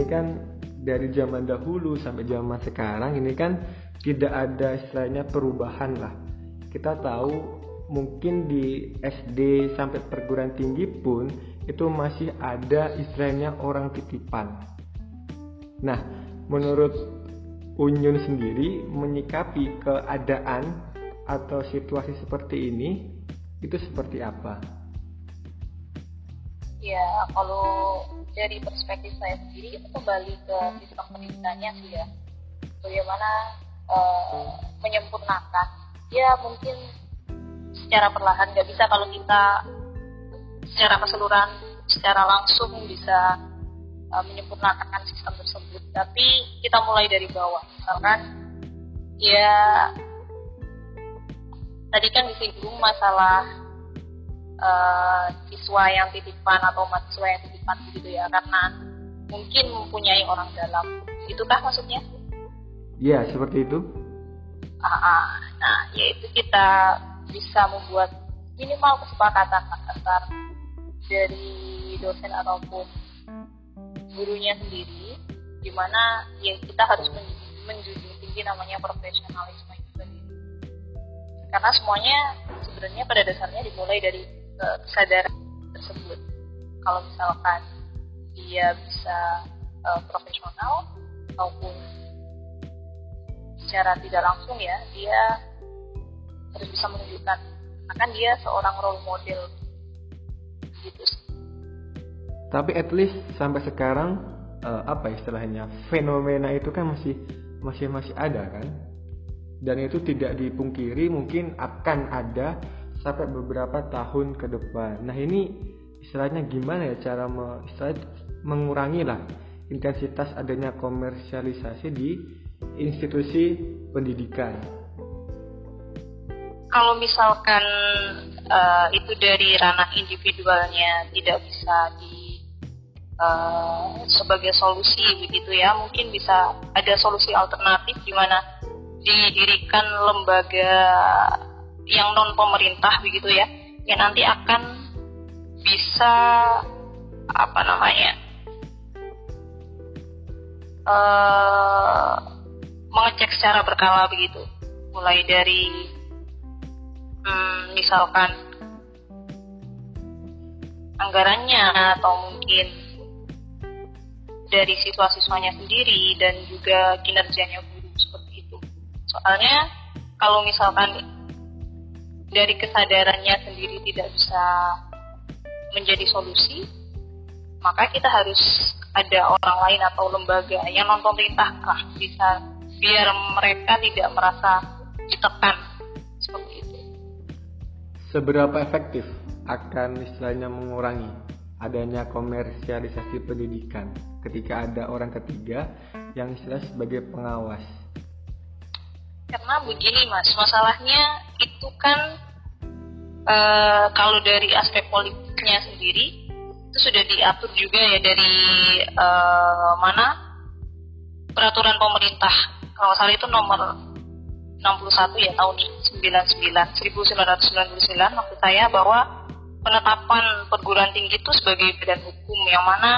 ini kan dari zaman dahulu sampai zaman sekarang ini kan tidak ada istilahnya perubahan lah. Kita tahu mungkin di SD sampai perguruan tinggi pun itu masih ada istilahnya orang titipan. Nah, menurut Unyun sendiri menyikapi keadaan atau situasi seperti ini itu seperti apa? Ya, kalau dari perspektif saya sendiri itu kembali ke sistem pendidikannya sih ya. Bagaimana menyempurnakan. Ya mungkin secara perlahan, nggak bisa kalau kita secara keseluruhan, secara langsung bisa menyempurnakan sistem tersebut. Tapi kita mulai dari bawah. Misalkan ya tadi kan disinggung masalah siswa yang titipan atau mahasiswa yang titipan begitu ya, karena mungkin mempunyai orang dalam. Itukah maksudnya? Ya, seperti itu. Nah, yaitu kita bisa membuat minimal kesepakatan antar dari dosen ataupun gurunya sendiri, di mana ya kita harus menjunjung tinggi namanya profesionalisme itu sendiri. Karena semuanya sebenarnya pada dasarnya dimulai dari kesadaran tersebut. Kalau misalkan dia bisa profesional ataupun secara tidak langsung ya, dia harus bisa menunjukkan akan dia seorang role model gitu. Tapi at least sampai sekarang apa istilahnya, fenomena itu kan masih ada kan, dan itu tidak dipungkiri mungkin akan ada sampai beberapa tahun ke depan. Nah, ini istilahnya gimana ya cara mengurangi lah intensitas adanya komersialisasi di institusi pendidikan? Kalau misalkan itu dari ranah individualnya tidak bisa sebagai solusi begitu ya, mungkin bisa ada solusi alternatif di mana didirikan lembaga yang non pemerintah begitu ya, yang nanti akan bisa mengecek secara berkala begitu, mulai dari misalkan anggarannya atau mungkin dari siswa-siswanya sendiri dan juga kinerjanya guru seperti itu. Soalnya kalau misalkan dari kesadarannya sendiri tidak bisa menjadi solusi, maka kita harus ada orang lain atau lembaga yang non pemerintah lah bisa, biar mereka tidak merasa ditekan seperti itu. Seberapa efektif akan istilahnya mengurangi adanya komersialisasi pendidikan ketika ada orang ketiga yang istilah sebagai pengawas? Karena begini Mas, masalahnya itu kan kalau dari aspek politiknya sendiri itu sudah diatur juga ya dari peraturan pemerintah, kalau salah itu nomor 61 ya tahun 1999 maksud saya, bahwa penetapan perguruan tinggi itu sebagai badan hukum yang mana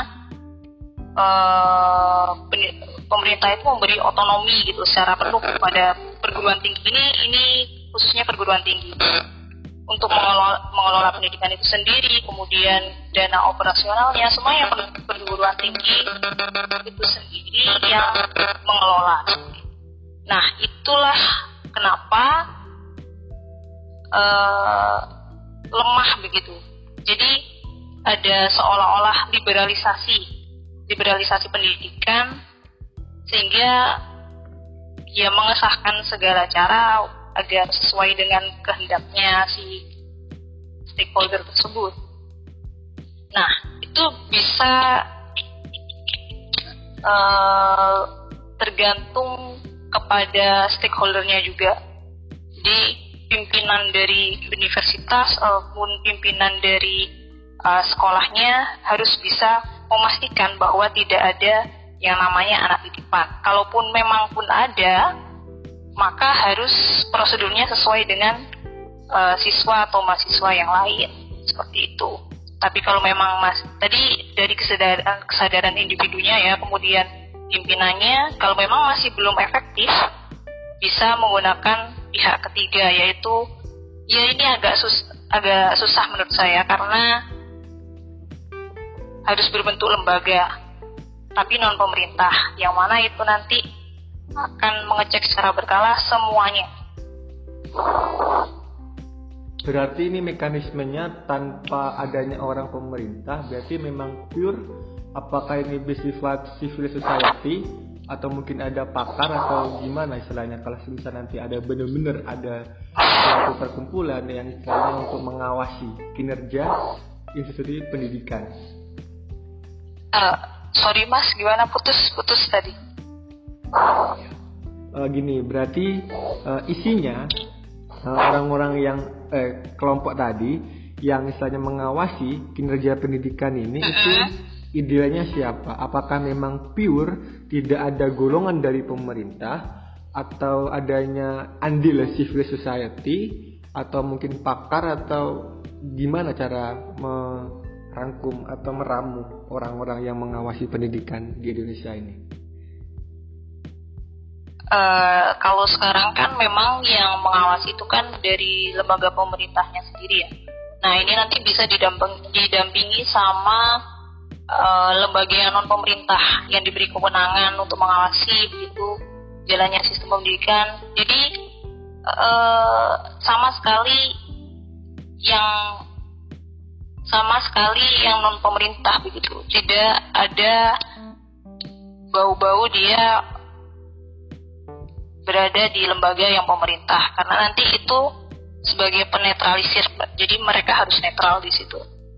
pemerintah itu memberi otonomi gitu secara penuh kepada perguruan tinggi ini khususnya perguruan tinggi untuk mengelola pendidikan itu sendiri, kemudian dana operasionalnya semuanya perguruan tinggi itu sendiri yang mengelola. Nah, itulah kenapa lemah begitu. Jadi ada seolah-olah liberalisasi pendidikan, sehingga dia mengesahkan segala cara agar sesuai dengan kehendaknya si stakeholder tersebut. Nah, itu bisa tergantung kepada stakeholdernya juga, di pimpinan dari universitas maupun pimpinan dari sekolahnya harus bisa memastikan bahwa tidak ada yang namanya anak titipan. Kalaupun memang pun ada, maka harus prosedurnya sesuai dengan siswa atau mahasiswa yang lain, seperti itu. Tapi kalau memang tadi dari kesadaran individunya ya, kemudian pimpinannya, kalau memang masih belum efektif, bisa menggunakan pihak ketiga, yaitu ya ini agak susah menurut saya karena harus berbentuk lembaga tapi non pemerintah, yang mana itu nanti akan mengecek secara berkala semuanya. Berarti ini mekanismenya tanpa adanya orang pemerintah, berarti memang pure, apakah ini bersifat civil society atau mungkin ada pakar atau gimana istilahnya, kalau misalnya nanti ada benar-benar ada suatu perkumpulan yang istilahnya untuk mengawasi kinerja institusi pendidikan. Sorry mas, gimana putus tadi? Gini, berarti isinya orang-orang yang kelompok tadi yang istilahnya mengawasi kinerja pendidikan ini itu idealnya siapa? Apakah memang pure tidak ada golongan dari pemerintah, atau adanya andil civil society, atau mungkin pakar, atau gimana cara merangkum atau meramu orang-orang yang mengawasi pendidikan di Indonesia ini? Kalau sekarang kan memang yang mengawasi itu kan dari lembaga pemerintahnya sendiri ya. Nah ini nanti bisa didampingi sama lembaga yang non pemerintah yang diberi kewenangan untuk mengawasi begitu jalannya sistem pendidikan. Jadi sama sekali yang non pemerintah begitu, tidak ada bau-bau dia berada di lembaga yang pemerintah, karena nanti itu sebagai penetralisir, jadi mereka harus netral di situ.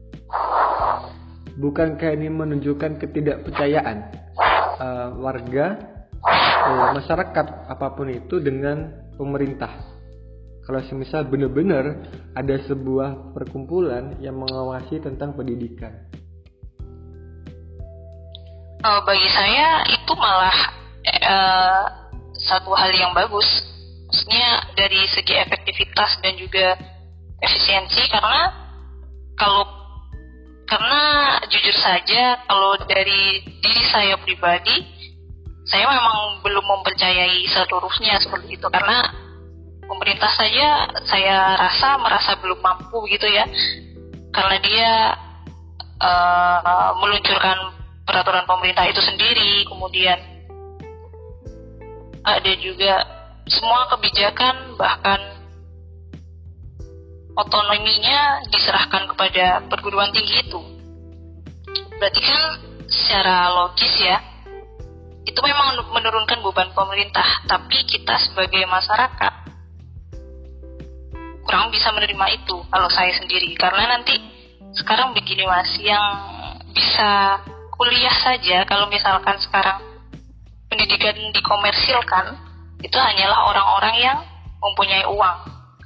Bukankah ini menunjukkan ketidakpercayaan warga, masyarakat apapun itu dengan pemerintah? Kalau semisal benar-benar ada sebuah perkumpulan yang mengawasi tentang pendidikan. Bagi saya itu malah satu hal yang bagus, maksudnya dari segi efektivitas dan juga efisiensi, karena jujur saja kalau dari diri saya pribadi, saya memang belum mempercayai seluruhnya seperti itu, karena pemerintah saja saya merasa belum mampu gitu ya, karena dia meluncurkan peraturan pemerintah itu sendiri, kemudian ada juga semua kebijakan, bahkan otonominya diserahkan kepada perguruan tinggi itu. Berarti kan secara logis ya, itu memang menurunkan beban pemerintah, tapi kita sebagai masyarakat kurang bisa menerima itu kalau saya sendiri, karena nanti sekarang begini mas, yang bisa kuliah saja kalau misalkan sekarang pendidikan dikomersilkan, itu hanyalah orang-orang yang mempunyai uang.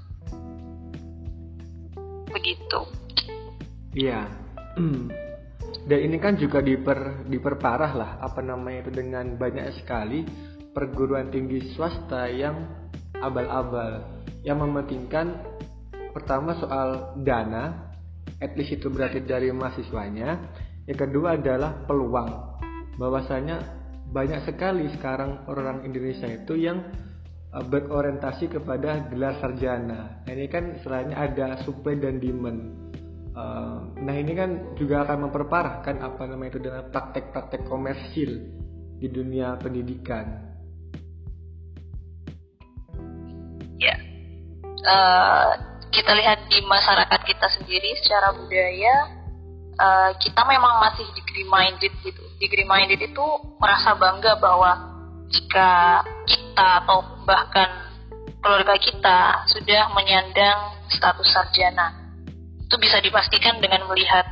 Begitu. Iya. Dan ini kan juga diperparah lah, itu dengan banyak sekali perguruan tinggi swasta yang abal-abal, yang mementingkan pertama soal dana, at least itu berarti dari mahasiswanya. Yang kedua adalah peluang, bahwasanya banyak sekali sekarang orang Indonesia itu yang berorientasi kepada gelar sarjana. Nah, ini kan istilahnya ada supply dan demand. Nah ini kan juga akan memperparahkan itu dengan praktek-praktek komersil di dunia pendidikan. Ya, kita lihat di masyarakat kita sendiri secara budaya. Kita memang masih degree minded gitu. Degree minded itu merasa bangga bahwa jika kita atau bahkan keluarga kita sudah menyandang status sarjana, itu bisa dipastikan dengan melihat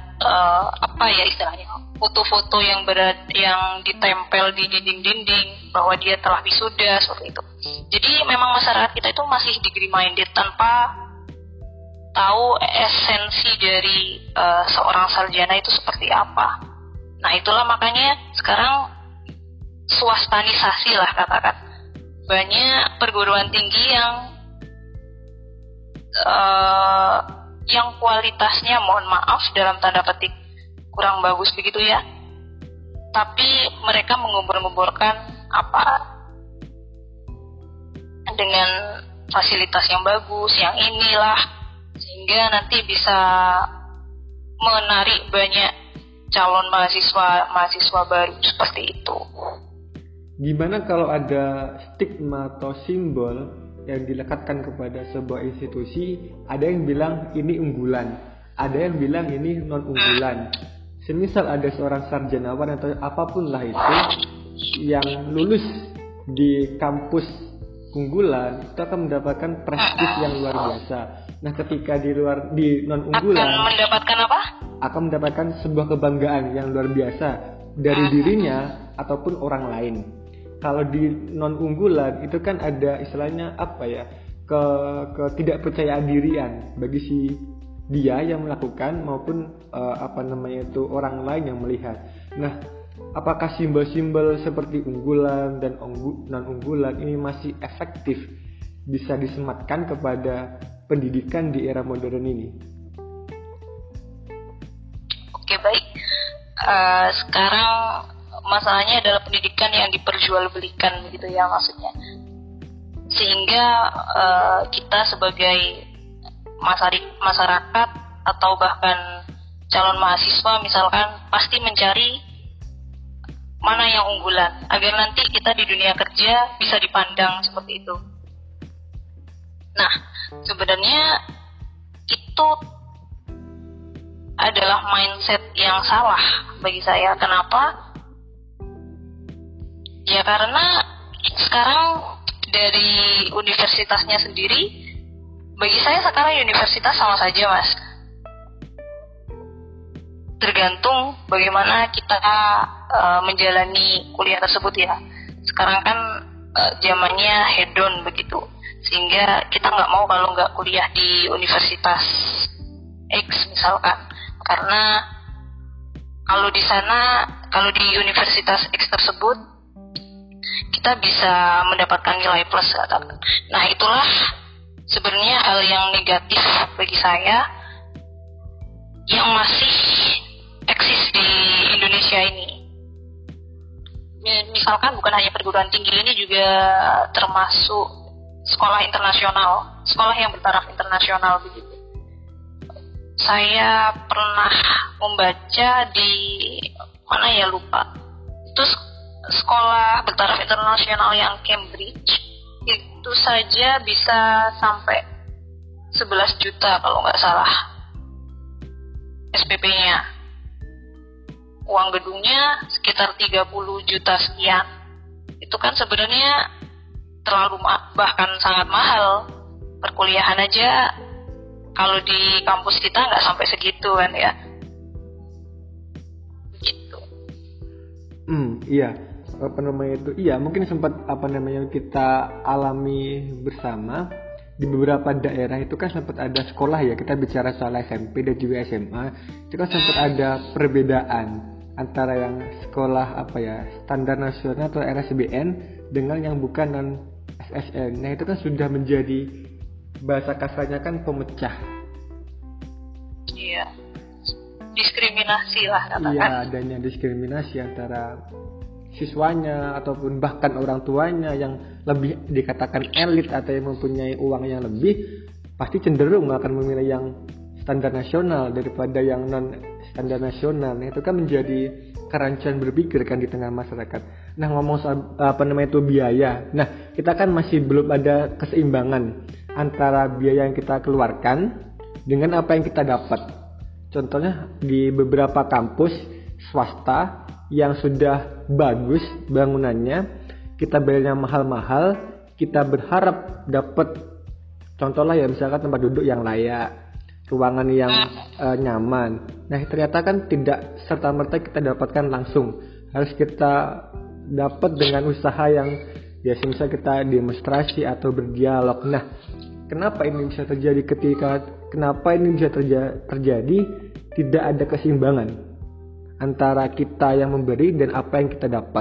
foto-foto yang ditempel di dinding-dinding bahwa dia telah wisuda seperti itu. Jadi memang masyarakat kita itu masih degree minded tanpa tahu esensi dari seorang sarjana itu seperti apa. Nah itulah makanya sekarang swastanisasi lah katakan. Banyak perguruan tinggi yang kualitasnya mohon maaf dalam tanda petik kurang bagus begitu ya, tapi mereka menggembor-gemborkan dengan fasilitas yang bagus, yang inilah, sehingga nanti bisa menarik banyak calon mahasiswa baru seperti itu. Gimana kalau ada stigma atau simbol yang dilekatkan kepada sebuah institusi? Ada yang bilang ini unggulan, ada yang bilang ini non unggulan. Semisal ada seorang sarjanawan atau apapun lah itu yang lulus di kampus unggulan, itu akan mendapatkan prestis yang luar biasa. Nah, ketika di non unggulan akan mendapatkan apa? Akan mendapatkan sebuah kebanggaan yang luar biasa dari dirinya ataupun orang lain. Kalau di non unggulan itu kan ada istilahnya ketidakpercayaan dirian bagi si dia yang melakukan maupun orang lain yang melihat. Nah, apakah simbol-simbol seperti unggulan dan non unggulan ini masih efektif bisa disematkan kepada pendidikan di era modern ini? Oke, baik. Sekarang masalahnya adalah pendidikan yang diperjualbelikan begitu ya maksudnya, sehingga kita sebagai masyarakat atau bahkan calon mahasiswa misalkan pasti mencari mana yang unggulan agar nanti kita di dunia kerja bisa dipandang seperti itu. Nah, sebenarnya itu adalah mindset yang salah bagi saya. Kenapa? Ya karena sekarang dari universitasnya sendiri, bagi saya sekarang universitas sama saja mas. Tergantung bagaimana kita menjalani kuliah tersebut ya. Sekarang kan zamannya hedon begitu, sehingga kita nggak mau kalau nggak kuliah di universitas X misalkan, karena kalau di universitas X tersebut kita bisa mendapatkan nilai plus katakan. Nah, itulah sebenarnya hal yang negatif bagi saya yang masih eksis di Indonesia ini. Misalkan bukan hanya perguruan tinggi, ini juga termasuk sekolah internasional, sekolah yang bertaraf internasional begitu. Saya pernah membaca di mana ya lupa, itu sekolah bertaraf internasional yang Cambridge itu saja bisa sampai 11 juta kalau nggak salah SPP-nya. Uang gedungnya sekitar 30 juta sekian. Itu kan sebenarnya terlalu bahkan sangat mahal. Perkuliahan aja kalau di kampus kita nggak sampai segitu kan ya. Gitu. Iya. Iya, mungkin sempat kita alami bersama di beberapa daerah. Itu kan sempat ada sekolah ya, kita bicara soal SMP dan juga SMA, itu kan sempat ada perbedaan antara yang sekolah standar nasional atau RSBN dengan yang bukan non SSN. Nah, itu kan sudah menjadi bahasa kasarnya kan pemecah. Iya, diskriminasi lah katakan. Iya, adanya diskriminasi antara siswanya ataupun bahkan orang tuanya yang lebih dikatakan elit atau yang mempunyai uang yang lebih, pasti cenderung akan memilih yang standar nasional daripada yang non standar nasional. Nah, itu kan menjadi kerancuan berpikir kan di tengah masyarakat. Nah, ngomong soal biaya. Nah, kita kan masih belum ada keseimbangan antara biaya yang kita keluarkan dengan apa yang kita dapat. Contohnya di beberapa kampus swasta yang sudah bagus bangunannya, kita bayarnya mahal-mahal, kita berharap dapat contohnya ya misalkan tempat duduk yang layak, ruangan yang nyaman. Nah, ternyata kan tidak serta-merta kita dapatkan langsung. Harus kita dapat dengan usaha yang ya misalnya kita demonstrasi atau berdialog. Nah, kenapa ini bisa terjadi terjadi tidak ada keseimbangan antara kita yang memberi dan apa yang kita dapat?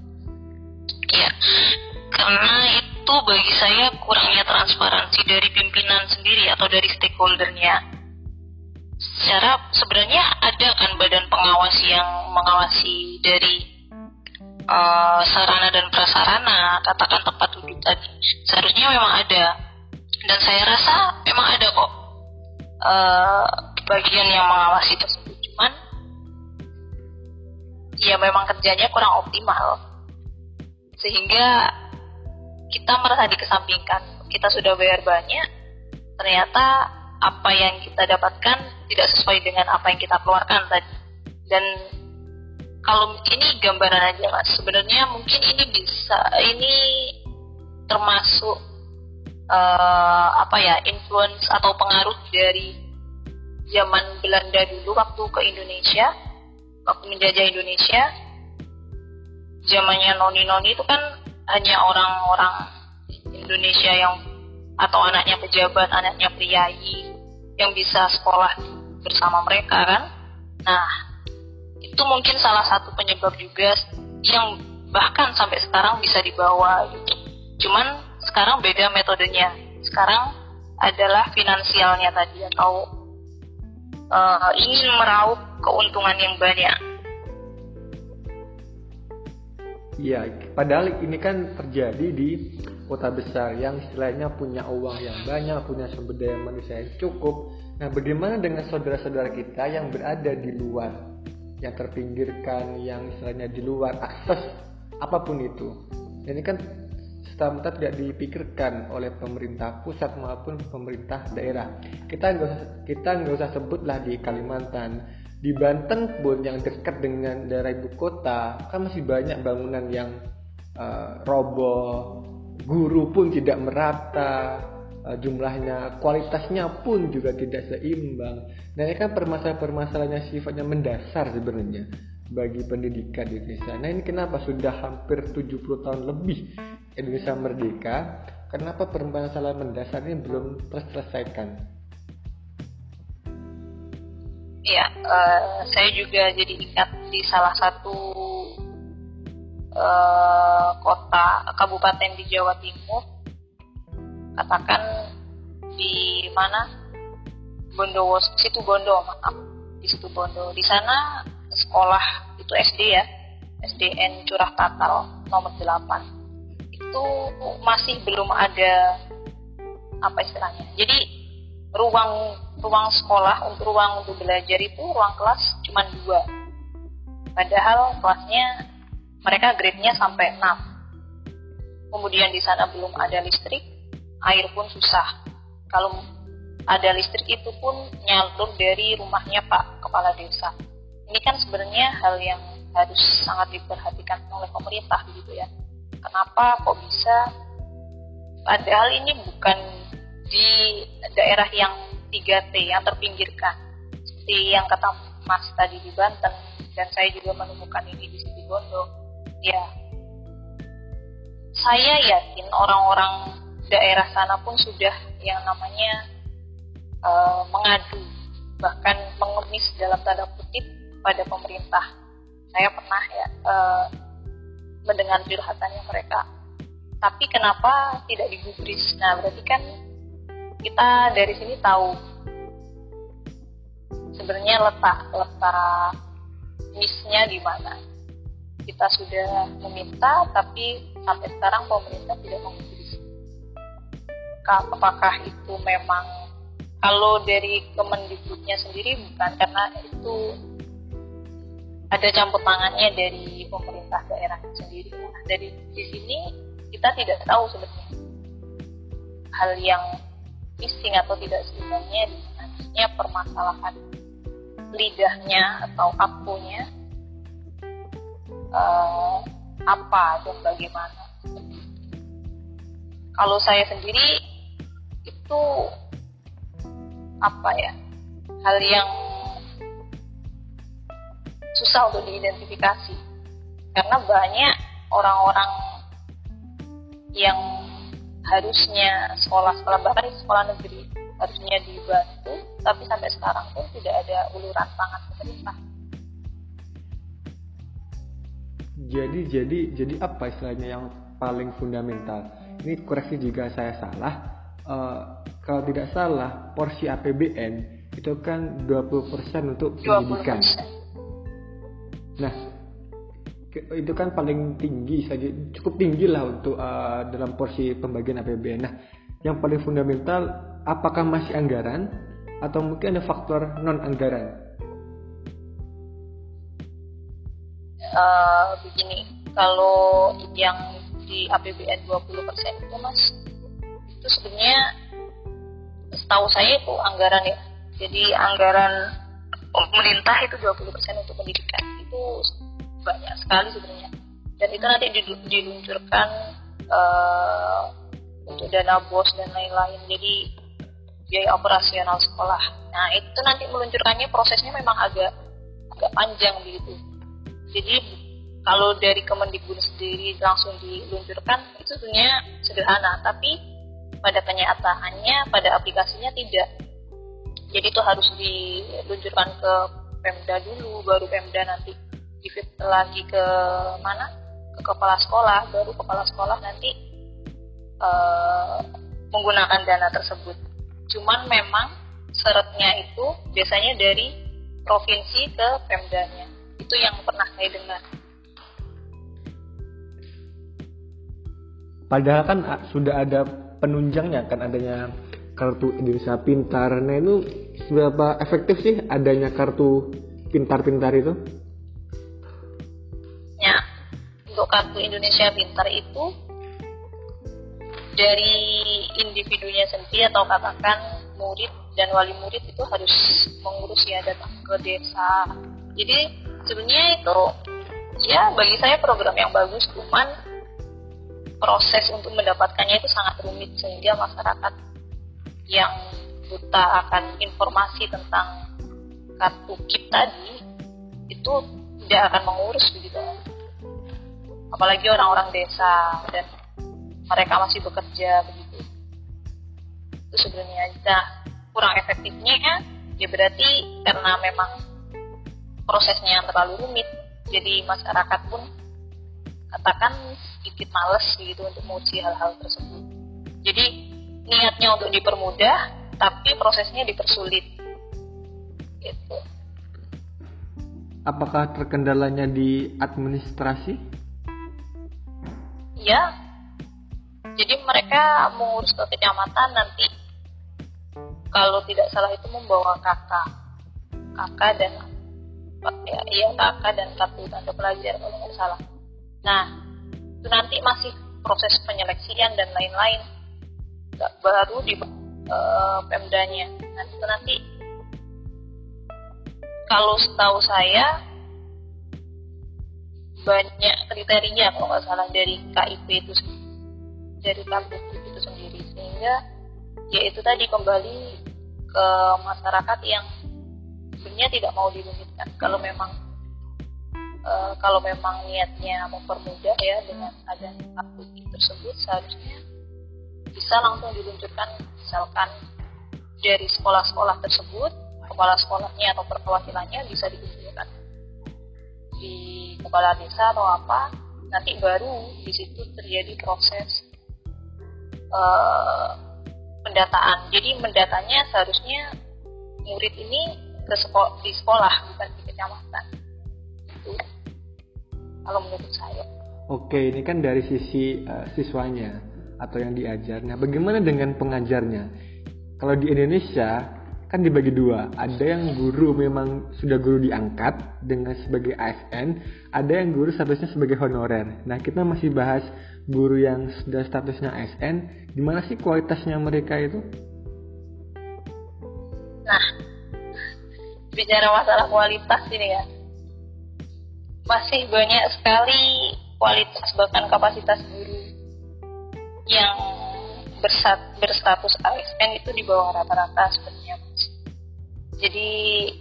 Ya, karena itu bagi saya kurangnya transparansi dari pimpinan pimpinan sendiri atau dari stakeholdernya. Sebenarnya ada kan badan pengawas yang mengawasi dari sarana dan prasarana, katakan tempat duduk tadi. Seharusnya memang ada, dan saya rasa memang ada kok bagian yang mengawasi tersebut. Cuman ya memang kerjanya kurang optimal, sehingga kita merasa dikesampingkan. Kita sudah bayar banyak, ternyata apa yang kita dapatkan tidak sesuai dengan apa yang kita keluarkan tadi. Dan kalau ini gambaran aja Mas, sebenarnya mungkin ini termasuk influence atau pengaruh dari zaman Belanda dulu waktu ke Indonesia, waktu menjajah Indonesia. Zamannya noni-noni itu kan hanya orang-orang Indonesia atau anaknya pejabat, anaknya priai yang bisa sekolah bersama mereka kan. Nah, itu mungkin salah satu penyebab juga yang bahkan sampai sekarang bisa dibawa gitu. Cuman sekarang beda metodenya. Sekarang adalah finansialnya tadi, atau ingin meraup keuntungan yang banyak. Ya, padahal ini kan terjadi di kota besar yang istilahnya punya uang yang banyak, punya sumber daya manusia yang cukup. Nah, bagaimana dengan saudara-saudara kita yang berada di luar, yang terpinggirkan, yang istilahnya di luar akses apapun itu? Ini kan serta-merta tidak dipikirkan oleh pemerintah pusat maupun pemerintah daerah. Kita nggak usah sebutlah di Kalimantan. Di Banten pun yang dekat dengan daerah ibu kota kan masih banyak bangunan yang roboh, guru pun tidak merata, jumlahnya, kualitasnya pun juga tidak seimbang. Nah, ini kan permasalahan-permasalahan yang sifatnya mendasar sebenarnya bagi pendidikan di Indonesia. Nah, ini kenapa sudah hampir 70 tahun lebih Indonesia merdeka, kenapa permasalahan mendasar ini belum terselesaikan? Ya, saya juga jadi ingat di salah satu kota, kabupaten di Jawa Timur, katakan di mana, Situ Bondo. Di sana sekolah itu SD ya, SDN Curah Tatal nomor 8 itu masih belum ada apa istilahnya. Jadi ruang sekolah, ruang untuk belajar itu, ruang kelas cuma 2. Padahal kelasnya mereka grade-nya sampai 6. Kemudian di sana belum ada listrik, air pun susah. Kalau ada listrik itu pun nyalur dari rumahnya Pak Kepala Desa. Ini kan sebenarnya hal yang harus sangat diperhatikan oleh pemerintah gitu ya. Kenapa kok bisa? Padahal ini bukan di daerah yang 3T yang terpinggirkan, seperti yang kata Mas tadi di Banten, dan saya juga menemukan ini di Situ Bondo. Ya, saya yakin orang-orang daerah sana pun sudah yang namanya mengadu, bahkan mengemis dalam tanda kutip pada pemerintah. Saya pernah mendengar curhatannya mereka. Tapi kenapa tidak digubris? Nah, berarti kan kita dari sini tahu sebenarnya letak miss-nya di mana. Kita sudah meminta, tapi sampai sekarang pemerintah tidak menggubris. Apakah itu memang, kalau dari Kemendikbudnya sendiri bukan, karena itu ada campur tangannya dari pemerintah daerah sendiri. Nah, dari di sini kita tidak tahu sebenarnya hal yang missing atau tidak sebenarnya di mana permasalahan lidahnya atau akunya apa dan bagaimana. Kalau saya sendiri itu hal yang susah untuk diidentifikasi, karena banyak orang-orang yang harusnya sekolah bahkan di sekolah negeri harusnya dibantu, tapi sampai sekarang pun tidak ada uluran tangan pemerintah. Jadi apa istilahnya yang paling fundamental? Ini koreksi jika saya salah. kalau tidak salah porsi APBN itu kan 20% untuk 20%. pendidikan. Nah, itu kan paling tinggi saja, cukup tinggi lah untuk dalam porsi pembagian APBN. Nah, yang paling fundamental apakah masih anggaran atau mungkin ada faktor non anggaran? Begini, kalau yang di APBN 20% itu Mas, itu sebenarnya setahu saya itu anggaran ya. Jadi anggaran pemerintah itu 20% untuk pendidikan. Itu banyak sekali sebenarnya. Dan itu nanti diluncurkan untuk dana BOS dan lain-lain. Jadi biaya operasional sekolah. Nah, itu nanti meluncurkannya prosesnya memang agak panjang begitu. Jadi kalau dari Kemendikbud sendiri langsung diluncurkan itu sebenarnya sederhana, tapi pada kenyataannya, pada aplikasinya tidak. Jadi itu harus diluncurkan ke Pemda dulu, baru Pemda nanti di-feed lagi ke mana? Ke kepala sekolah, baru kepala sekolah nanti menggunakan dana tersebut. Cuman memang syaratnya itu biasanya dari provinsi ke Pemdanya. Itu yang pernah saya dengar. Padahal kan sudah ada penunjangnya kan, adanya kartu Indonesia Pintar. Nah, itu seberapa efektif sih adanya kartu pintar-pintar itu? Ya, untuk kartu Indonesia Pintar itu dari individunya sendiri atau katakan murid dan wali murid itu harus mengurus ya, datang ke desa. Jadi sebenarnya itu ya bagi saya program yang bagus, cuman proses untuk mendapatkannya itu sangat rumit sehingga masyarakat yang buta akan informasi tentang kartu KIP tadi itu tidak akan mengurus begitu. Apalagi orang-orang desa dan mereka masih bekerja begitu. Itu sebenarnya kurang efektifnya ya berarti karena memang prosesnya yang terlalu rumit. Jadi masyarakat pun katakan sedikit malas gitu untuk menguji hal-hal tersebut. Jadi niatnya untuk dipermudah, tapi prosesnya dipersulit. Gitu. Apakah terkendalanya di administrasi? Ya. Jadi mereka mengurus ke kecamatan nanti kalau tidak salah itu membawa kakak dan kakak dan kartu tanda pelajar kalau nggak salah. Nah, itu nanti masih proses penyeleksian dan lain-lain. Baru di Pemdanya. Nah, itu nanti kalau setahu saya banyak kriteria kalau nggak salah dari KIP itu, dari kartu itu sendiri, sehingga ya itu tadi kembali ke masyarakat yang sebenarnya tidak mau dirumitkan. Kalau memang niatnya mempermudah ya dengan adanya kartu tersebut, seharusnya bisa langsung diluncurkan misalkan dari sekolah-sekolah tersebut, kepala sekolahnya atau perwakilannya bisa diluncurkan di kepala desa atau apa, nanti baru di situ terjadi proses pendataan. Jadi mendatanya seharusnya murid ini di sekolah bukan di kecamatan. Itu kalau menurut saya. Oke, ini kan dari sisi siswanya atau yang diajar. Nah, bagaimana dengan pengajarnya? Kalau di Indonesia kan dibagi dua. Ada yang guru memang sudah guru diangkat dengan sebagai ASN, ada yang guru statusnya sebagai honorer. Nah, kita masih bahas guru yang sudah statusnya ASN. Gimana sih kualitasnya mereka itu? Nah, bicara masalah kualitas ini ya, masih banyak sekali kualitas bahkan kapasitas guru yang berstatus ASN itu di bawah rata-rata sebenarnya. Jadi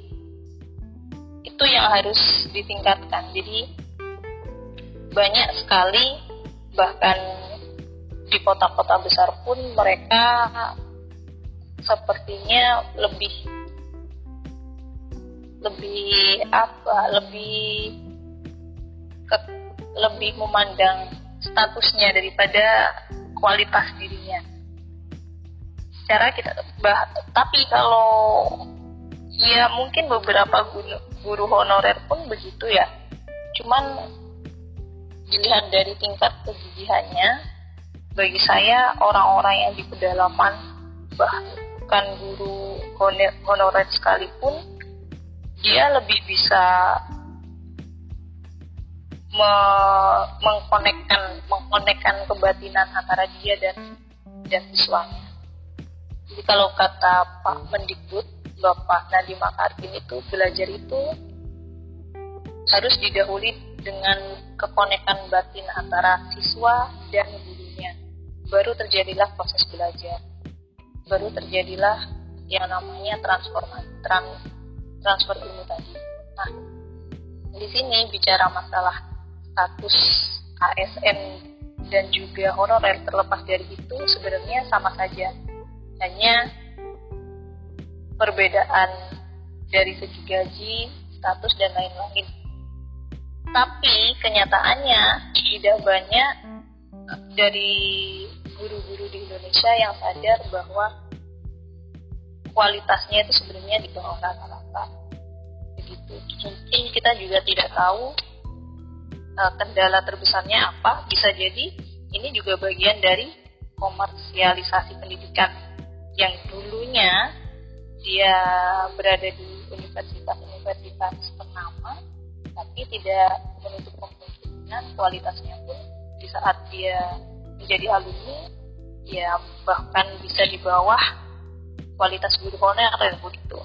itu yang harus ditingkatkan. Jadi banyak sekali bahkan di kota-kota besar pun mereka sepertinya lebih memandang statusnya daripada kualitas dirinya. cara kita tapi kalau ya mungkin beberapa guru honorer pun begitu ya. Cuman dilihat dari tingkat kegigihannya, bagi saya orang-orang yang di pedalaman bahkan guru honorer sekalipun dia lebih bisa mengkonekkan kebatinan antara dia dan siswanya. Jadi kalau kata Pak Mendikbud, Bapak Nadiem Makarim itu belajar itu harus didahului dengan kekonekan batin antara siswa dan gurunya. Baru terjadilah proses belajar. Baru terjadilah yang namanya transfer ilmu tadi. Nah, di sini bicara masalah status ASN dan juga honorer, terlepas dari itu sebenarnya sama saja. Hanya perbedaan dari segi gaji, status, dan lain-lain. Tapi kenyataannya tidak banyak dari guru-guru di Indonesia yang sadar bahwa kualitasnya itu sebenarnya di bawah rata-rata. Begitu. Mungkin kita juga tidak tahu kendala terbesarnya apa. Bisa jadi ini juga bagian dari komersialisasi pendidikan yang dulunya dia berada di universitas-universitas ternama, tapi tidak menutup kemungkinan kualitasnya pun di saat dia menjadi alumni ya bahkan bisa di bawah kualitas guru honorer begitu.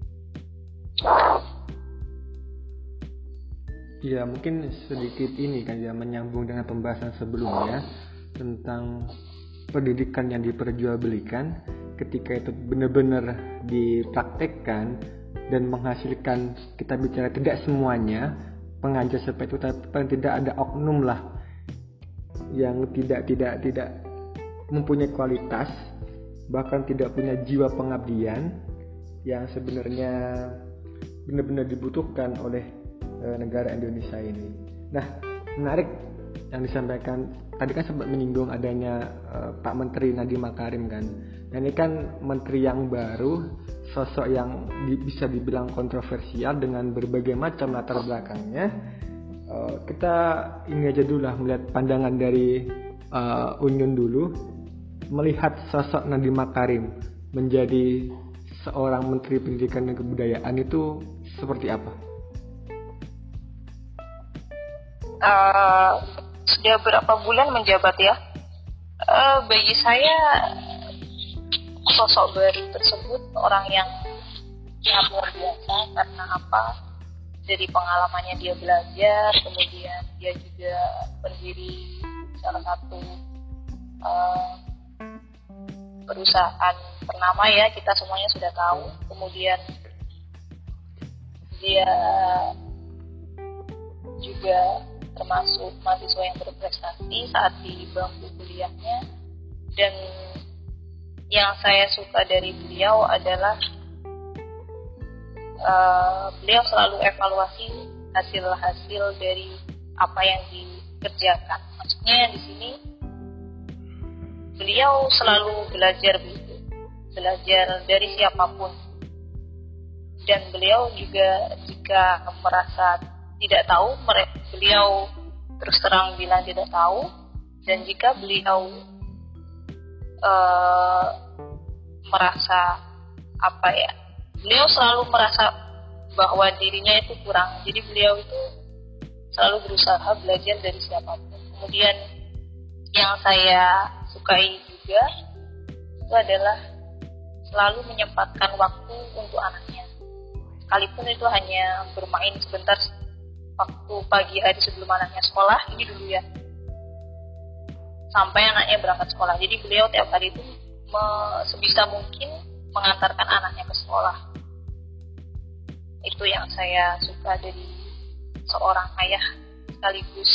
Ya mungkin sedikit ini kan ya, menyambung dengan pembahasan sebelumnya tentang pendidikan yang diperjualbelikan. Ketika itu benar-benar dipraktekkan dan menghasilkan, kita bicara tidak semuanya pengajar seperti itu, tapi paling tidak ada oknum lah yang tidak mempunyai kualitas, bahkan tidak punya jiwa pengabdian yang sebenarnya benar-benar dibutuhkan oleh negara Indonesia ini. Nah, menarik yang disampaikan tadi kan sempat menyinggung adanya Pak Menteri Nadiem Makarim kan. Nah, ini kan menteri yang baru, sosok yang bisa dibilang kontroversial dengan berbagai macam latar belakangnya. Kita ini aja dulu lah melihat pandangan dari Unyun dulu, melihat sosok Nadiem Makarim menjadi seorang Menteri Pendidikan dan Kebudayaan itu seperti apa? Sudah berapa bulan menjabat ya? Bagi saya sosok baru tersebut orang yang sangat luar biasa. Karena apa? Dari pengalamannya dia belajar, kemudian dia juga pendiri salah satu perusahaan ternama ya, kita semuanya sudah tahu. Kemudian dia juga termasuk mahasiswa yang berprestasi saat di bangku kuliahnya. Dan yang saya suka dari beliau adalah beliau selalu evaluasi hasil-hasil dari apa yang dikerjakan. Maksudnya di sini beliau selalu belajar dari siapapun. Dan beliau juga jika merasa tidak tahu, beliau terus terang bilang tidak tahu. Dan jika beliau merasa beliau selalu merasa bahwa dirinya itu kurang. Jadi beliau itu selalu berusaha belajar dari siapapun. Kemudian yang saya sukai juga itu adalah selalu menyempatkan waktu untuk anaknya. Sekalipun itu hanya bermain sebentar waktu pagi hari sebelum anaknya sekolah, ini dulu ya, sampai anaknya berangkat sekolah. Jadi beliau tiap hari itu sebisa mungkin mengantarkan anaknya ke sekolah. Itu yang saya suka dari seorang ayah sekaligus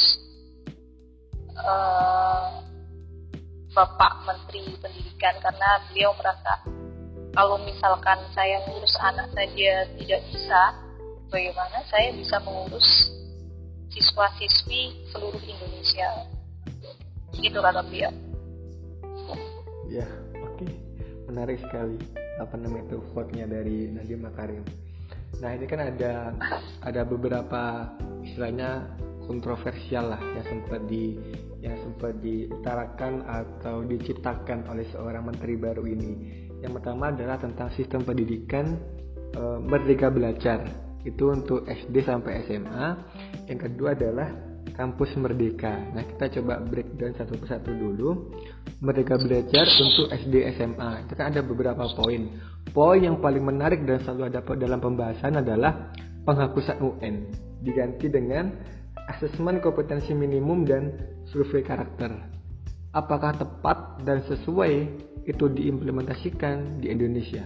Bapak Menteri Pendidikan, karena beliau merasa kalau misalkan saya mengurus anak saja tidak bisa, bagaimana saya bisa mengurus siswa-siswi seluruh Indonesia. Gitu kata beliau. Ya, oke. menarik sekali apa namanya itu quote-nya dari Nadiem Makarim. Nah ini kan ada beberapa istilahnya kontroversial lah yang sempat diutarakan atau diciptakan oleh seorang menteri baru ini. Yang pertama adalah tentang sistem pendidikan Merdeka Belajar, itu untuk SD sampai SMA. Yang kedua adalah kampus merdeka. Nah kita coba breakdown satu persatu dulu. Merdeka Belajar untuk SD SMA itu kan ada beberapa poin. Poin yang paling menarik dan selalu ada dalam pembahasan adalah penghapusan UN diganti dengan asesmen kompetensi minimum dan survei karakter. Apakah tepat dan sesuai itu diimplementasikan di Indonesia?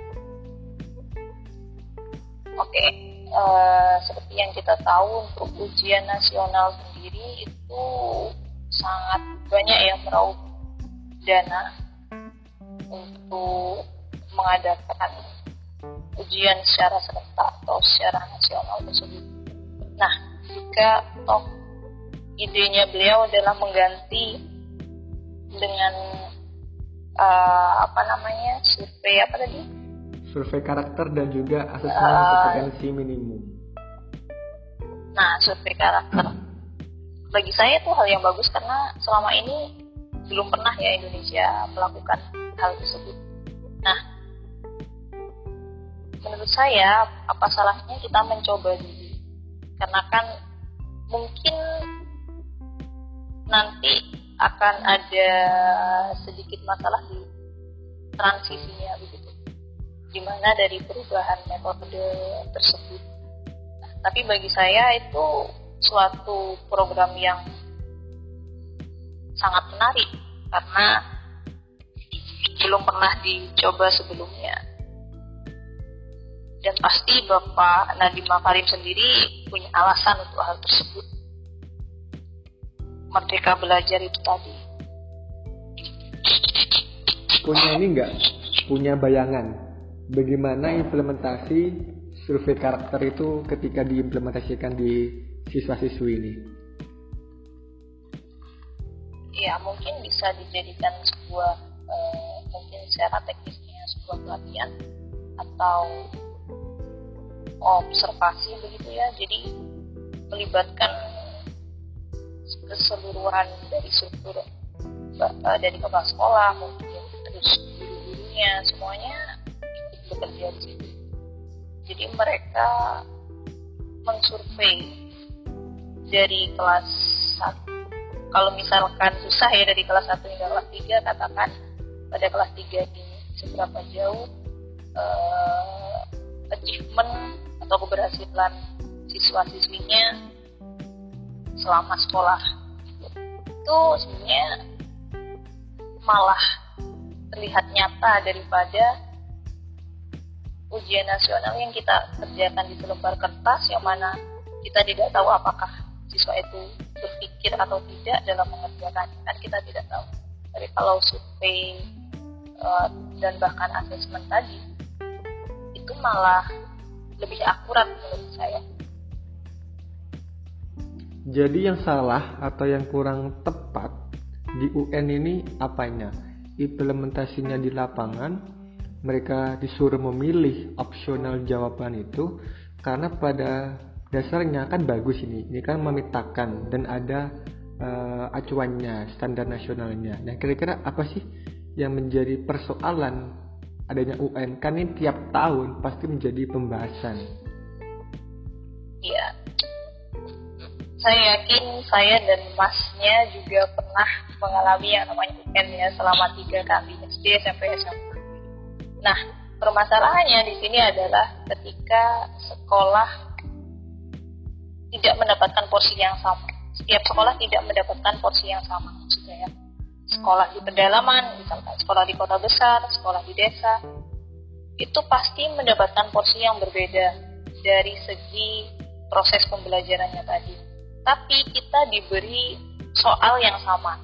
Oke, seperti yang kita tahu untuk ujian nasional sendiri itu sangat banyak yang meraup dana untuk mengadakan ujian secara serentak atau secara nasional tersebut. Nah, jika idenya beliau adalah mengganti dengan survei karakter dan juga asesmen kompetensi minimum. Nah, survei karakter bagi saya itu hal yang bagus karena selama ini belum pernah ya Indonesia melakukan hal tersebut. Nah, menurut saya apa salahnya kita mencoba dulu, karena kan mungkin nanti akan ada sedikit masalah di transisinya begitu, dimana dari perubahan metode tersebut. Nah, tapi bagi saya itu suatu program yang sangat menarik karena belum pernah dicoba sebelumnya. Dan pasti Bapak Nadiem Makarim sendiri punya alasan untuk hal tersebut. Merdeka Belajar itu tadi. Punya bayangan bagaimana implementasi survei karakter itu ketika diimplementasikan di siswa-siswi ini? Ya, mungkin bisa dijadikan sebuah mungkin secara teknisnya sebuah pelatihan atau observasi begitu ya. Jadi melibatkan keseluruhan dari struktur dari kepala sekolah, mungkin terus guru-gurunya semuanya ikut bekerja di situ. Jadi mereka mensurvei dari kelas 1. Kalau misalkan susah ya dari kelas 1 hingga kelas 3, katakan pada kelas 3 ini seberapa jauh achievement atau keberhasilan siswa-siswinya selama sekolah. Itu sebenarnya malah terlihat nyata daripada ujian nasional yang kita kerjakan di selembar kertas, yang mana kita tidak tahu apakah siswa itu berpikir atau tidak dalam mengerjakan, kan kita tidak tahu. Tapi kalau survei dan bahkan asesmen tadi itu malah lebih akurat menurut saya. Jadi yang salah atau yang kurang tepat di UN ini apanya? Implementasinya di lapangan, mereka disuruh memilih opsional jawaban itu, karena pada dasarnya kan bagus ini kan memetakan dan ada acuannya, standar nasionalnya. Nah kira-kira apa sih yang menjadi persoalan adanya UN? Kan ini tiap tahun pasti menjadi pembahasan. Iya, saya yakin saya dan masnya juga pernah mengalami yang namanya UN ya selama 3 kali SD, SMP, SMA. Nah, permasalahannya di sini adalah ketika sekolah tidak mendapatkan porsi yang sama. Setiap sekolah tidak mendapatkan porsi yang sama, maksudnya ya. Sekolah di pedalaman, misalkan sekolah di kota besar, sekolah di desa, itu pasti mendapatkan porsi yang berbeda dari segi proses pembelajarannya tadi. Tapi kita diberi soal yang sama.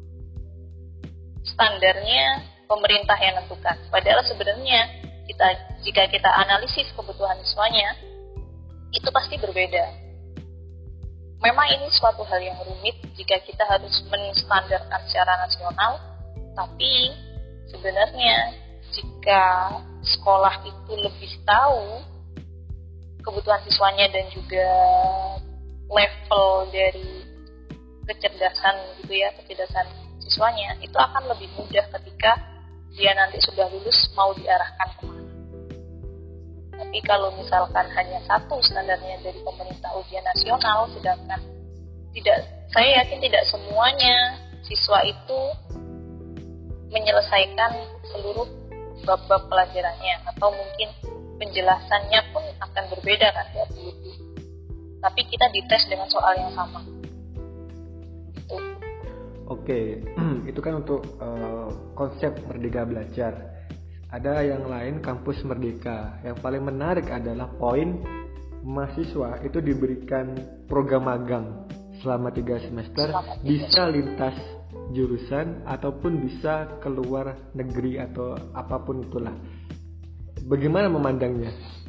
Standarnya pemerintah yang menentukan. Padahal sebenarnya jika kita analisis kebutuhan siswanya, itu pasti berbeda. Memang ini suatu hal yang rumit jika kita harus menstandarkan secara nasional, tapi sebenarnya jika sekolah itu lebih tahu kebutuhan siswanya dan juga level dari kecerdasan gitu ya, kecerdasan siswanya, itu akan lebih mudah ketika dia nanti sudah lulus mau diarahkan kemana. Tapi kalau misalkan hanya satu standarnya dari pemerintah ujian nasional, sedangkan saya yakin tidak semuanya siswa itu menyelesaikan seluruh bab-bab pelajarannya, atau mungkin penjelasannya pun akan berbeda kan tiap guru. Tapi kita dites dengan soal yang sama. Itu. Oke, itu kan untuk konsep Merdeka Belajar. Ada yang lain, kampus Merdeka. Yang paling menarik adalah poin mahasiswa itu diberikan program magang selama 3 semester, bisa lintas jurusan ataupun bisa keluar negeri atau apapun itulah. Bagaimana memandangnya?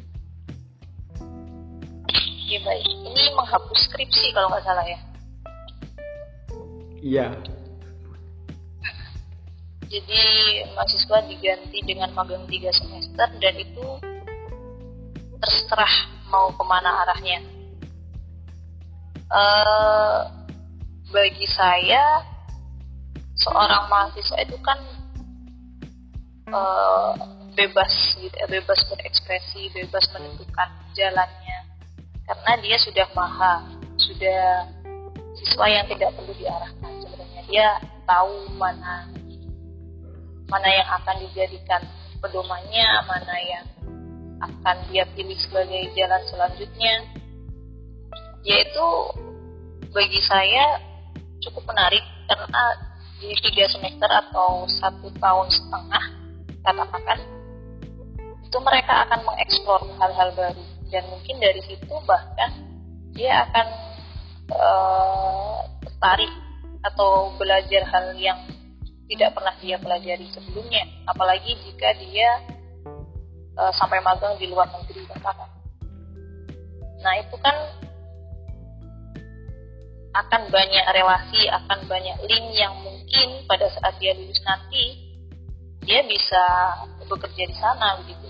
Ya baik, ini menghapus skripsi kalau nggak salah ya. Iya. Jadi mahasiswa diganti dengan magang 3 semester dan itu terserah mau kemana arahnya. Bagi saya, seorang mahasiswa itu kan bebas gitu ya, bebas berekspresi, bebas menentukan jalannya, karena dia sudah sudah siswa yang tidak perlu diarahkan. Sebenarnya dia tahu mana yang akan dijadikan pedomannya, mana yang akan dia pilih sebagai jalan selanjutnya. Yaitu bagi saya cukup menarik, karena di 3 semester atau 1,5 tahun katakan, itu mereka akan mengeksplor hal-hal baru, dan mungkin dari situ bahkan dia akan tertarik atau belajar hal yang tidak pernah dia pelajari sebelumnya, apalagi jika dia sampai magang di luar negeri katakan. Nah itu kan akan banyak relasi, akan banyak link yang mungkin pada saat dia lulus nanti dia bisa bekerja di sana begitu.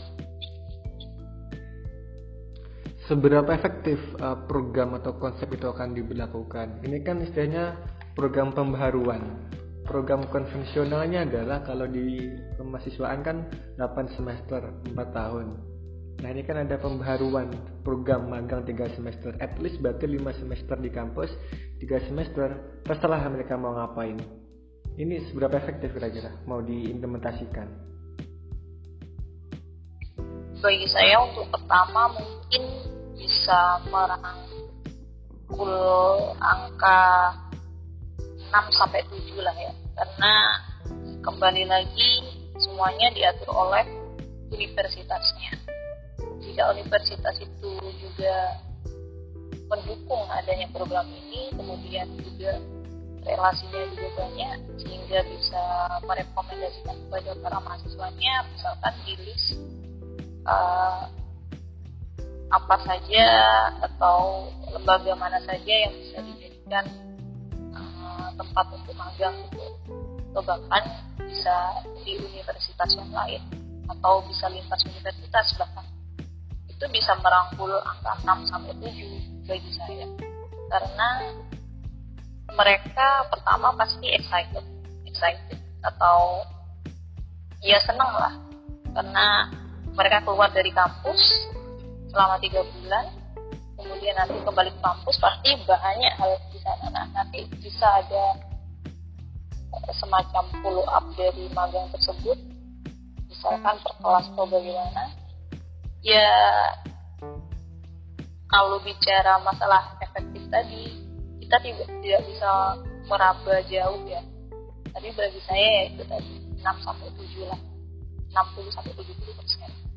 Seberapa efektif program atau konsep itu akan diberlakukan? Ini kan istilahnya program pembaharuan. Program konvensionalnya adalah kalau di kemahasiswaan kan 8 semester, 4 tahun. Nah ini kan ada pembaharuan program magang 3 semester. At least berarti 5 semester di kampus, 3 semester terserah mereka mau ngapain. Ini seberapa efektif kira-kira mau diimplementasikan? Bagi saya untuk pertama mungkin bisa merangkul angka 6-7 lah ya, karena kembali lagi semuanya diatur oleh universitasnya. Jika universitas itu juga mendukung adanya program ini, kemudian juga relasinya juga banyak, sehingga bisa merekomendasikan kepada para mahasiswanya, misalkan di list apa saja atau lembaga mana saja yang bisa dijadikan tempat untuk magang gitu, atau bahkan bisa di universitas yang lain atau bisa lintas universitas, bahkan itu bisa merangkul angka 6-7 bagi saya, karena mereka pertama pasti excited atau ya senang lah, karena mereka keluar dari kampus selama 3 bulan, kemudian nanti kembali ke kampus pasti banyak hal di sana. Nah, nanti bisa ada semacam follow up dari magang tersebut, misalkan per kelas atau bagaimana. Ya kalau bicara masalah efektif tadi, kita tidak bisa meraba jauh ya, tapi bagi saya ya itu tadi 6-7 lah, 60-70%.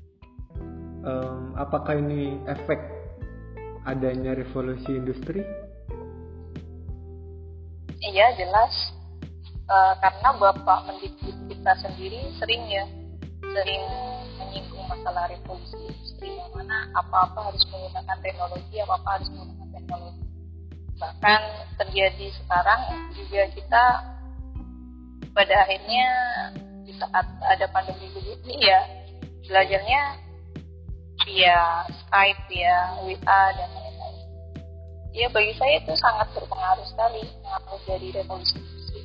Apakah ini efek adanya revolusi industri? Iya jelas, karena Bapak Mendikbud kita sendiri sering menyinggung masalah revolusi industri, yang mana apa-apa harus menggunakan teknologi, Bahkan terjadi sekarang juga kita pada akhirnya di saat ada pandemi begini ya belajarnya via Skype, via WA dan lain-lain. Ya bagi saya itu sangat berpengaruh sekali pengaruh dari revolusi industri.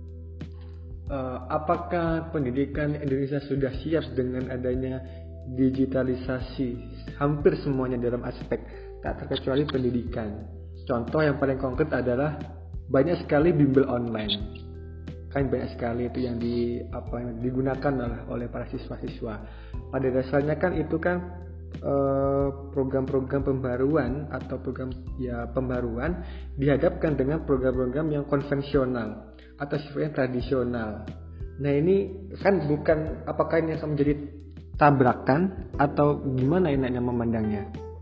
Apakah pendidikan Indonesia sudah siap dengan adanya digitalisasi hampir semuanya dalam aspek tak terkecuali pendidikan? Contoh yang paling konkret adalah banyak sekali bimbel online. Kan banyak sekali itu yang digunakan oleh para siswa-siswa. Pada dasarnya kan itu kan program-program pembaruan atau pembaruan dihadapkan dengan program-program yang konvensional atau sifatnya tradisional. Nah ini kan bukan, apakah ini akan menjadi tabrakan atau gimana enaknya memandangnya?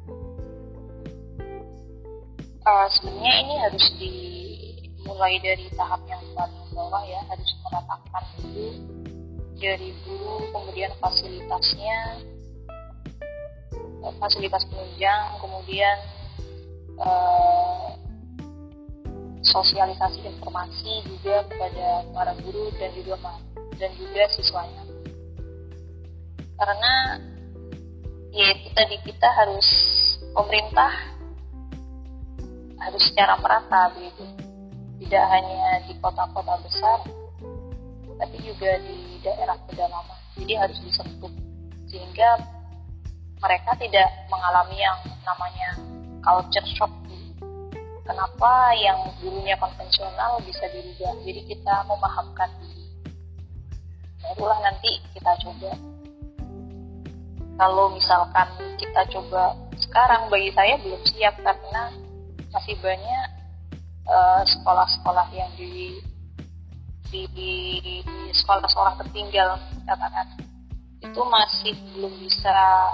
Sebenarnya ini harus dimulai dari tahap yang paling bawah ya, harus meratakan dulu dari guru, kemudian fasilitas penunjang, kemudian sosialisasi informasi juga kepada para guru dan juga siswanya. Karena ya itu tadi, kita harus, pemerintah harus secara merata begitu, tidak hanya di kota-kota besar tapi juga di daerah pedalaman. Jadi harus disentuh sehingga mereka tidak mengalami yang namanya culture shock. Kenapa yang gurunya konvensional bisa dirubah? Jadi kita memahamkan diri. Barulah nanti kita coba. Kalau misalkan kita coba sekarang, bagi saya belum siap karena masih banyak sekolah-sekolah yang di sekolah-sekolah tertinggal katakan itu masih belum bisa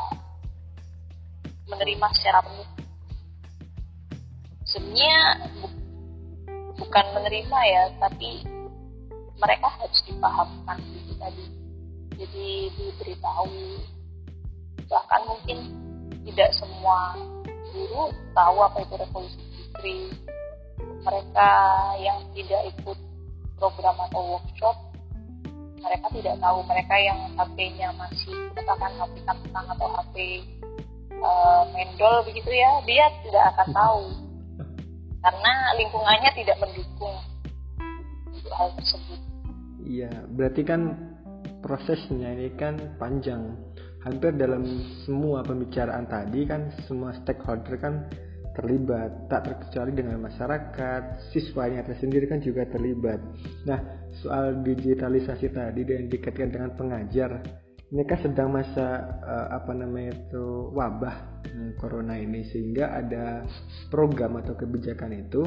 menerima secara penuh. Sebenarnya bukan menerima ya, tapi mereka harus dipahamkan gitu tadi. Jadi diberitahu, bahkan mungkin tidak semua guru tahu apa itu revolusi industri. Mereka yang tidak ikut program atau workshop, mereka tidak tahu. Mereka yang HP-nya masih katakan HP kantong atau HP mendol begitu ya, dia tidak akan tahu karena lingkungannya tidak mendukung untuk hal tersebut. Iya, berarti kan prosesnya ini kan panjang. Hampir dalam semua pembicaraan tadi kan semua stakeholder kan terlibat, tak terkecuali dengan masyarakat, siswanya tersendiri kan juga terlibat. Nah, soal digitalisasi tadi dan dikaitkan dengan pengajar, ini kan sedang masa wabah corona ini, sehingga ada program atau kebijakan itu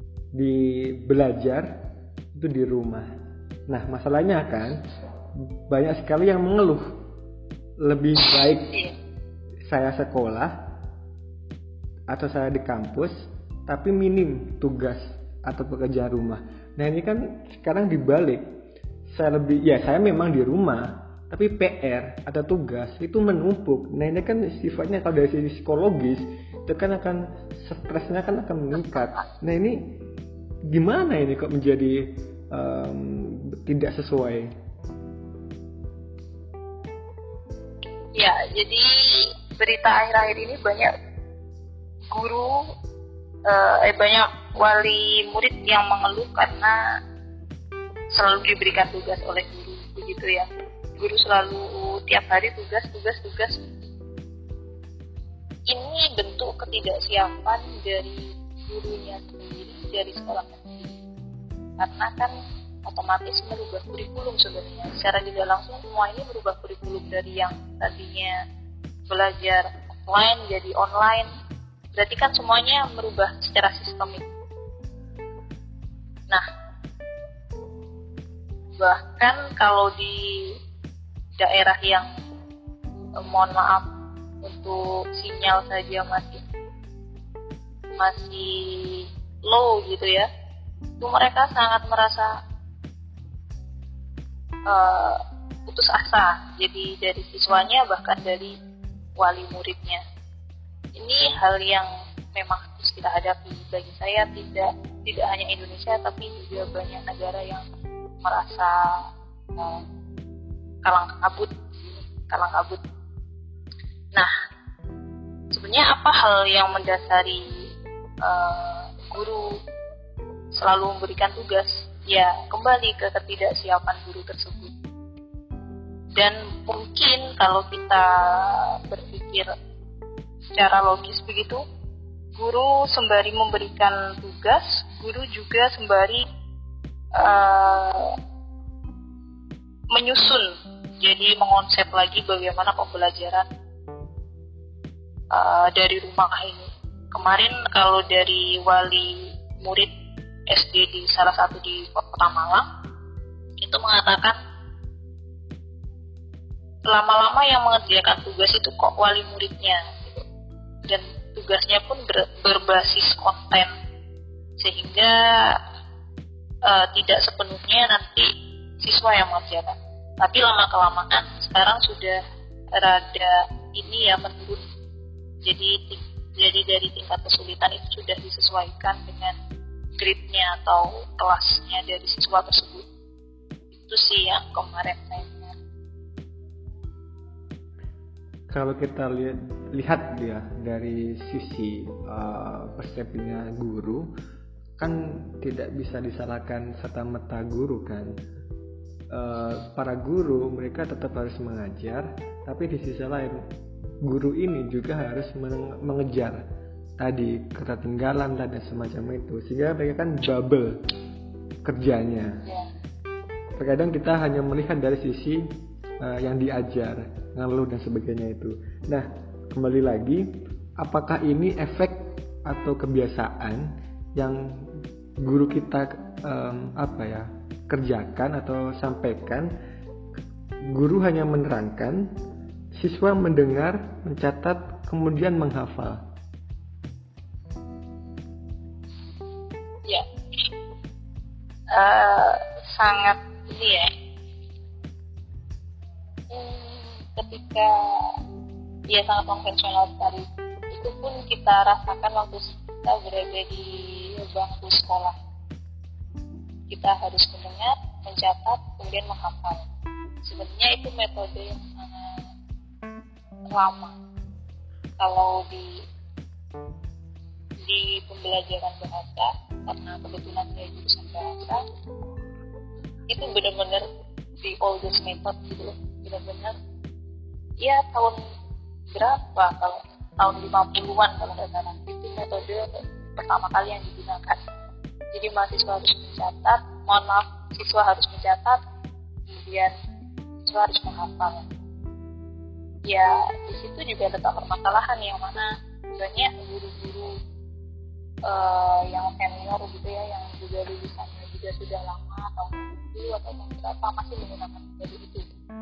belajar itu di rumah. Nah, masalahnya kan banyak sekali yang mengeluh, lebih baik saya sekolah atau saya di kampus tapi minim tugas atau pekerjaan rumah. Nah ini kan sekarang dibalik, saya memang di rumah tapi PR atau tugas itu menumpuk. Nah ini kan sifatnya kalau dari sisi psikologis itu kan akan stresnya kan akan meningkat. Nah ini gimana ini kok menjadi tidak sesuai? Ya, jadi berita akhir-akhir ini banyak guru, banyak wali murid yang mengeluh karena selalu diberikan tugas oleh guru, begitu ya. Guru selalu tiap hari tugas. Ini bentuk ketidaksiapan dari gurunya sendiri, dari sekolahnya sendiri. Karena kan otomatis merubah kurikulum sebenarnya. Secara tidak langsung semua ini merubah kurikulum dari yang tadinya belajar offline jadi online. Berarti kan semuanya merubah secara sistemik. Nah, bahkan kalau di daerah yang mohon maaf untuk sinyal saja masih low gitu ya, itu mereka sangat merasa putus asa. Jadi dari siswanya bahkan dari wali muridnya. Ini hal yang memang harus kita hadapi. Bagi saya tidak hanya Indonesia tapi juga banyak negara yang merasa kalang kabut. Nah, sebenarnya apa hal yang mendasari guru selalu memberikan tugas? Ya, kembali ke ketidaksiapan guru tersebut. Dan mungkin kalau kita berpikir secara logis begitu, guru sembari memberikan tugas, guru juga sembari menyusun, jadi mengonsep lagi bagaimana pembelajaran dari rumah ini. Kemarin kalau dari wali murid SD di salah satu di Kota Malang itu mengatakan lama-lama yang mengerjakan tugas itu kok wali muridnya gitu. Dan tugasnya pun berbasis konten sehingga tidak sepenuhnya nanti siswa yang mengerjakan. Tapi lama-kelamaan sekarang sudah rada ini ya menurun. Jadi dari tingkat kesulitan itu sudah disesuaikan dengan grade-nya atau kelasnya dari siswa tersebut. Itu sih yang kemarin saya lihat. Kalau kita lihat ya dari sisi persepsinya guru, kan tidak bisa disalahkan serta-merta guru kan. Para guru mereka tetap harus mengajar, tapi di sisi lain guru ini juga harus mengejar tadi ketertinggalan dan semacam itu, sehingga mereka kan double kerjanya. Terkadang kita hanya melihat dari sisi yang diajar, ngeluh dan sebagainya itu. Nah, kembali lagi, apakah ini efek atau kebiasaan yang guru kita kerjakan atau sampaikan? Guru hanya menerangkan, siswa mendengar, mencatat, kemudian menghafal. Ya, sangat ini ya. Ketika dia sangat konvensional sekali, itu pun kita rasakan waktu kita berada di bangku sekolah. Kita harus mendengar, mencatat, kemudian menghafal. Sebenarnya itu metode yang sangat lama. Kalau di pembelajaran bahasa, karena kebetulan saya jurusan bahasa, itu benar-benar the oldest method gitu, benar-benar ya tahun berapa, kalau tahun 50-an kalau nggak salah, itu metode pertama kali yang digunakan. Jadi mahasiswa harus mencatat, siswa harus mencatat, kemudian siswa harus menghafal. Ya, di situ juga tetap permasalahan yang mana banyak guru-guru yang senior gitu ya, yang juga lulusannya juga sudah lama, tahun 20 atau tahun berapa, masih menggunakan metode itu.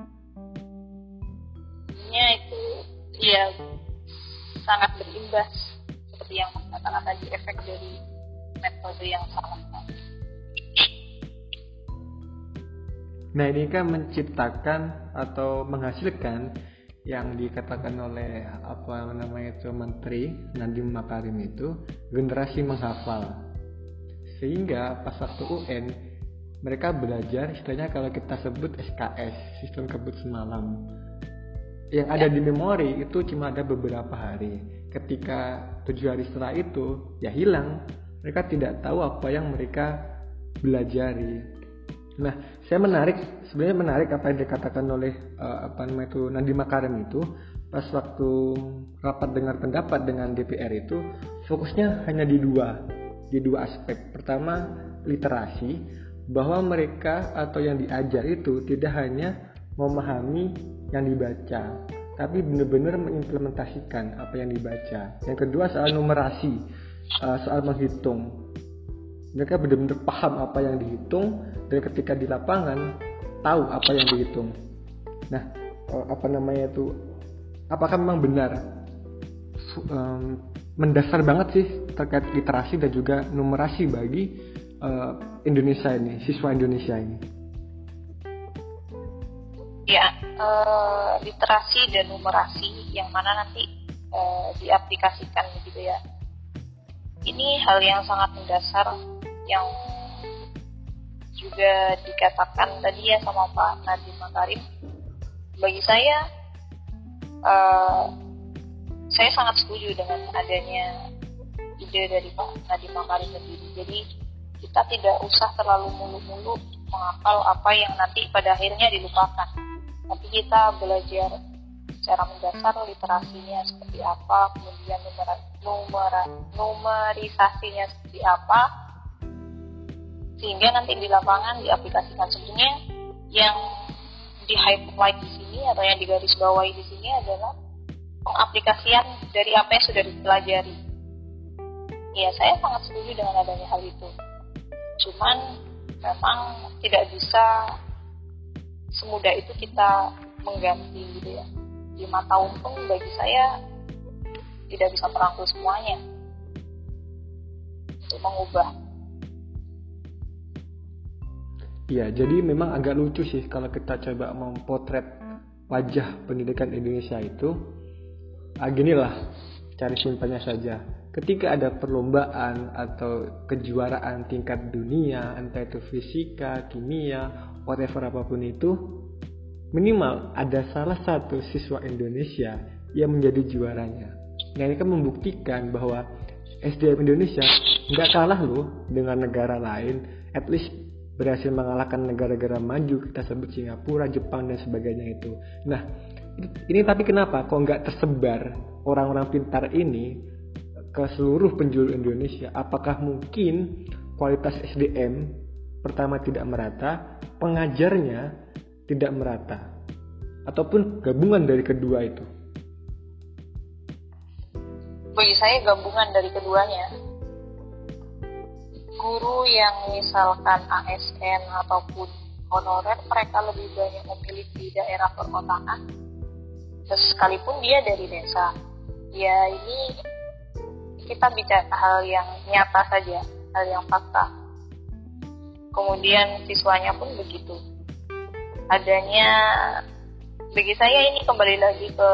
Sebenarnya itu ya sangat berimbas, seperti yang Mas katakan tadi, efek dari metode yang salah tadi. Nah, ini kan menciptakan atau menghasilkan yang dikatakan oleh Menteri Nadiem Makarim itu generasi menghafal. Sehingga pas waktu UN mereka belajar istilahnya kalau kita sebut SKS, sistem kebut semalam. Yang ada di memori itu cuma ada beberapa hari. Ketika 7 hari setelah itu ya hilang. Mereka tidak tahu apa yang mereka belajari. Nah, sebenarnya menarik apa yang dikatakan oleh Nadiem Makarim itu pas waktu rapat dengar pendapat dengan DPR itu fokusnya hanya di dua aspek. Pertama, literasi, bahwa mereka atau yang diajar itu tidak hanya memahami yang dibaca, tapi benar-benar mengimplementasikan apa yang dibaca. Yang kedua, soal numerasi, soal menghitung. Mereka benar-benar paham apa yang dihitung, dan ketika di lapangan tahu apa yang dihitung. Nah, apakah memang benar mendasar banget sih terkait literasi dan juga numerasi bagi Indonesia ini, siswa Indonesia ini? Ya, literasi dan numerasi yang mana nanti diaplikasikan gitu ya. Ini hal yang sangat mendasar yang juga dikatakan tadi ya sama Pak Nadiem Makarim, Bagi saya sangat setuju dengan adanya ide dari Pak Nadiem Makarim sendiri. Jadi kita tidak usah terlalu mulu-mulu menghafal apa yang nanti pada akhirnya dilupakan. Tapi kita belajar secara mendasar literasinya seperti apa, kemudian numerisasinya seperti apa, sehingga nanti di lapangan diaplikasikan. Sebenarnya yang di highlight di sini atau yang digarisbawahi di sini adalah pengaplikasian dari apa yang sudah dipelajari. Ya, saya sangat setuju dengan adanya hal itu. Cuman memang tidak bisa semudah itu kita mengganti gitu ya. 5 tahun pun bagi saya tidak bisa merangkul semuanya untuk mengubah. Iya, jadi memang agak lucu sih kalau kita coba mempotret wajah pendidikan Indonesia itu. Ginilah, cari simpelnya saja. Ketika ada perlombaan atau kejuaraan tingkat dunia, entah itu fisika, kimia, whatever apapun itu, minimal ada salah satu siswa Indonesia yang menjadi juaranya. Nah, ini kan membuktikan bahwa SDM Indonesia nggak kalah loh dengan negara lain, at least berhasil mengalahkan negara-negara maju, kita sebut Singapura, Jepang, dan sebagainya itu. Nah, ini tapi kenapa kok nggak tersebar orang-orang pintar ini ke seluruh penjuru Indonesia? Apakah mungkin kualitas SDM pertama tidak merata, pengajarnya tidak merata, ataupun gabungan dari kedua itu? Bagi saya gabungan dari keduanya. Guru yang misalkan ASN ataupun honorer, mereka lebih banyak memilih di daerah perkotaan, sekalipun dia dari desa. Ya, ini kita bicara hal yang nyata saja, hal yang fakta. Kemudian siswanya pun begitu. Adanya, bagi saya ini kembali lagi ke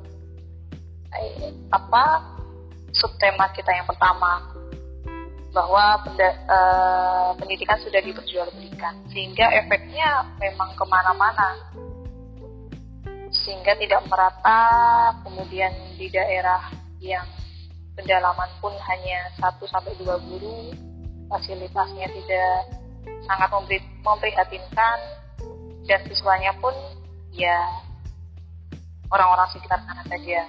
subtema kita yang pertama, bahwa pendidikan sudah diperjualbelikan, sehingga efeknya memang kemana-mana, sehingga tidak merata. Kemudian di daerah yang pendalaman pun hanya 1-2 guru, fasilitasnya tidak sangat memprihatinkan, dan siswanya pun ya orang-orang sekitar sana saja.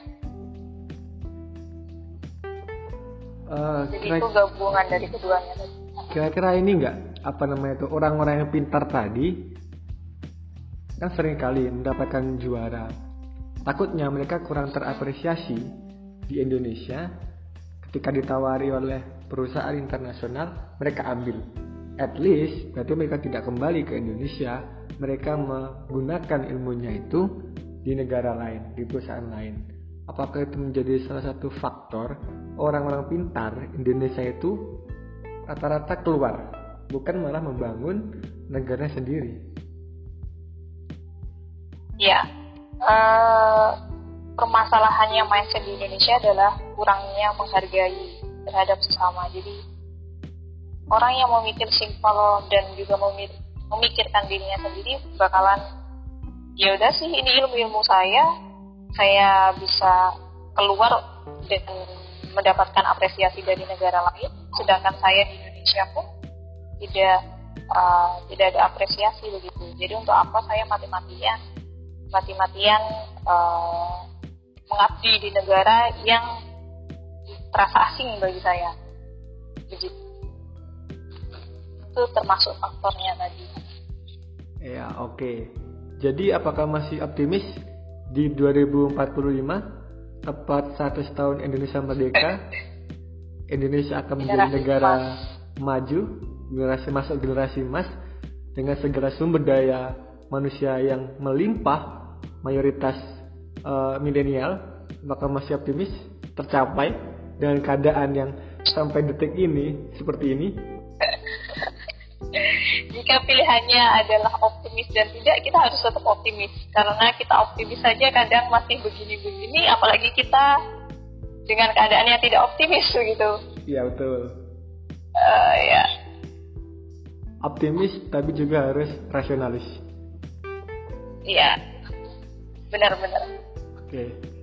Jadi itu gabungan dari keduanya. Kira-kira ini enggak orang-orang yang pintar tadi kan sering kali mendapatkan juara. Takutnya mereka kurang terapresiasi di Indonesia. Ketika ditawari oleh perusahaan internasional, mereka ambil. At least berarti mereka tidak kembali ke Indonesia, mereka menggunakan ilmunya itu di negara lain, di perusahaan lain. Apakah itu menjadi salah satu faktor orang-orang pintar Indonesia itu rata-rata keluar, bukan malah membangun negara sendiri? Ya, permasalahannya mindset di Indonesia adalah kurangnya menghargai terhadap sesama. Jadi orang yang memikir simpel dan juga memikirkan dirinya sendiri bakalan, ya udah sih, ini ilmu saya bisa keluar dan mendapatkan apresiasi dari negara lain, sedangkan saya di Indonesia pun tidak ada apresiasi begitu. Jadi untuk apa saya mati-matian mengabdi di negara yang terasa asing bagi saya, begitu. Itu termasuk faktornya tadi. Ya, oke. Jadi apakah masih optimis di 2045, tepat 100 tahun Indonesia merdeka, Indonesia akan menjadi negara maju, masuk generasi emas, dengan segala sumber daya manusia yang melimpah, mayoritas milenial? Apakah masih optimis tercapai dengan keadaan yang sampai detik ini seperti ini? Jika pilihannya adalah optimis dan tidak, kita harus tetap optimis. Karena kita optimis saja kadang masih begini-begini, apalagi kita dengan keadaan yang tidak optimis begitu. Iya, betul. Ya. Optimis tapi juga harus rasionalis. Iya. benar-benar. Oke.